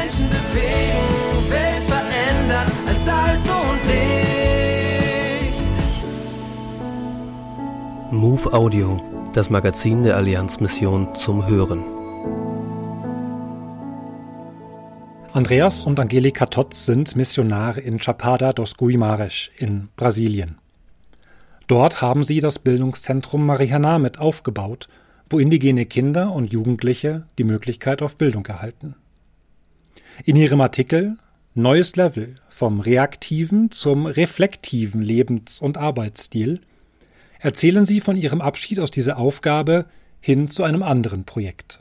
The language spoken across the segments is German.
Menschen bewegen, Welt verändern als Salz und Licht. Move Audio, das Magazin der Allianzmission zum Hören. Andreas und Angelika Totz sind Missionare in Chapada dos Guimarães in Brasilien. Dort haben sie das Bildungszentrum Marianá mit aufgebaut, wo indigene Kinder und Jugendliche die Möglichkeit auf Bildung erhalten. In ihrem Artikel »Neues Level – vom reaktiven zum reflektiven Lebens- und Arbeitsstil« erzählen sie von ihrem Abschied aus dieser Aufgabe hin zu einem anderen Projekt.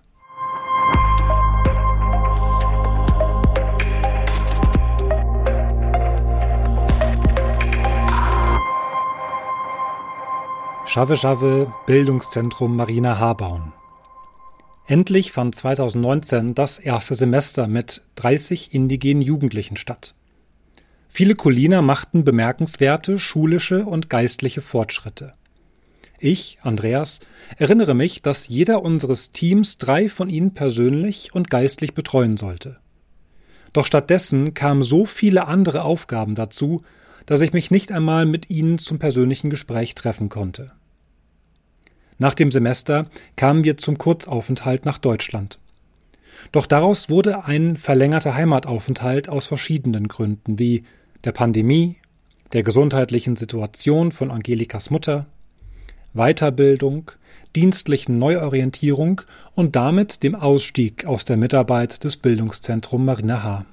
Chave Bildungszentrum Marianá bauen. Endlich fand 2019 das erste Semester mit 30 indigenen Jugendlichen statt. Viele Kuliner machten bemerkenswerte schulische und geistliche Fortschritte. Ich, Andreas, erinnere mich, dass jeder unseres Teams 3 von ihnen persönlich und geistlich betreuen sollte. Doch stattdessen kamen so viele andere Aufgaben dazu, dass ich mich nicht einmal mit ihnen zum persönlichen Gespräch treffen konnte. Nach dem Semester kamen wir zum Kurzaufenthalt nach Deutschland. Doch daraus wurde ein verlängerter Heimataufenthalt aus verschiedenen Gründen, wie der Pandemie, der gesundheitlichen Situation von Angelikas Mutter, Weiterbildung, dienstlichen Neuorientierung und damit dem Ausstieg aus der Mitarbeit des Bildungszentrums Marianá.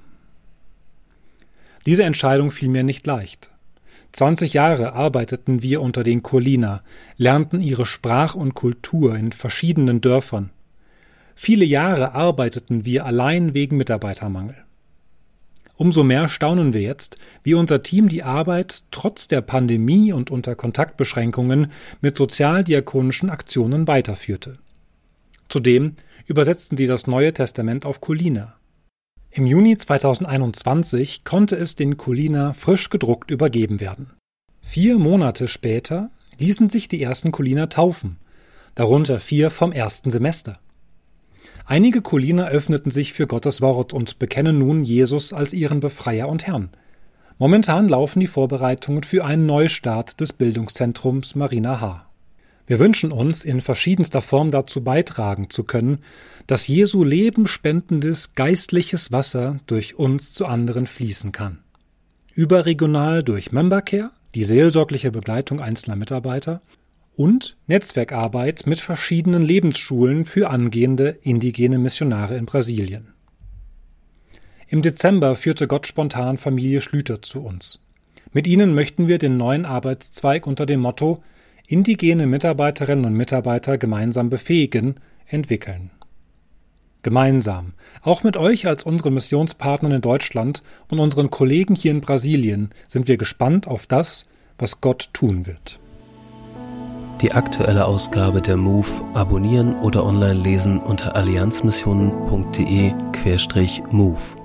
Diese Entscheidung fiel mir nicht leicht. 20 Jahre arbeiteten wir unter den Kulina, lernten ihre Sprach und Kultur in verschiedenen Dörfern. Viele Jahre arbeiteten wir allein wegen Mitarbeitermangel. Umso mehr staunen wir jetzt, wie unser Team die Arbeit trotz der Pandemie und unter Kontaktbeschränkungen mit sozialdiakonischen Aktionen weiterführte. Zudem übersetzten sie das Neue Testament auf Kulina. Im Juni 2021 konnte es den Kulina frisch gedruckt übergeben werden. 4 Monate später ließen sich die ersten Kulina taufen, darunter 4 vom ersten Semester. Einige Kulina öffneten sich für Gottes Wort und bekennen nun Jesus als ihren Befreier und Herrn. Momentan laufen die Vorbereitungen für einen Neustart des Bildungszentrums Marianá. Wir wünschen uns, in verschiedenster Form dazu beitragen zu können, dass Jesu lebenspendendes geistliches Wasser durch uns zu anderen fließen kann. Überregional durch Membercare, die seelsorgliche Begleitung einzelner Mitarbeiter und Netzwerkarbeit mit verschiedenen Lebensschulen für angehende indigene Missionare in Brasilien. Im Dezember führte Gott spontan Familie Schlüter zu uns. Mit ihnen möchten wir den neuen Arbeitszweig unter dem Motto Indigene Mitarbeiterinnen und Mitarbeiter gemeinsam befähigen, entwickeln. Gemeinsam, auch mit euch als unseren Missionspartnern in Deutschland und unseren Kollegen hier in Brasilien, sind wir gespannt auf das, was Gott tun wird. Die aktuelle Ausgabe der MOVE abonnieren oder online lesen unter allianzmissionen.de/MOVE.